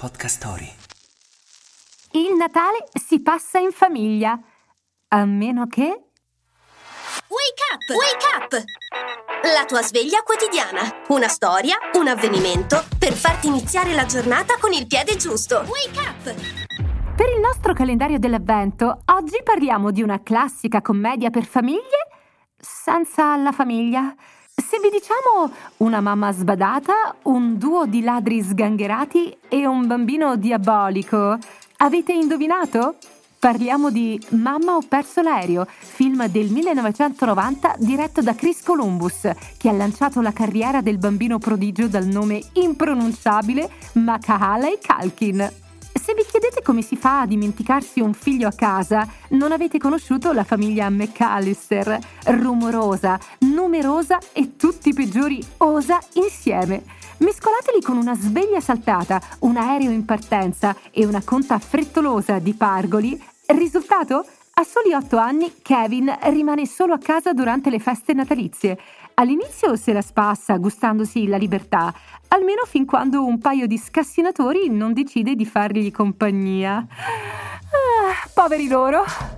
Podcast Story. Il Natale si passa in famiglia, a meno che... Wake up! Wake up! La tua sveglia quotidiana. Una storia, un avvenimento per farti iniziare la giornata con il piede giusto. Wake up! Per il nostro calendario dell'avvento, oggi parliamo di una classica commedia per famiglie senza la famiglia. Se vi diciamo una mamma sbadata, un duo di ladri sgangherati e un bambino diabolico, avete indovinato? Parliamo di Mamma ho perso l'aereo, film del 1990 diretto da Chris Columbus, che ha lanciato la carriera del bambino prodigio dal nome impronunciabile Macaulay Culkin. Se vi chiedete come si fa a dimenticarsi un figlio a casa, non avete conosciuto la famiglia McAllister, rumorosa, numerosa e tutti i peggiori osa insieme. Mescolateli con una sveglia saltata, un aereo in partenza e una conta frettolosa di pargoli. Risultato? A soli 8 anni Kevin rimane solo a casa durante le feste natalizie. All'inizio se la spassa gustandosi la libertà, almeno fin quando un paio di scassinatori non decide di fargli compagnia. Poveri loro!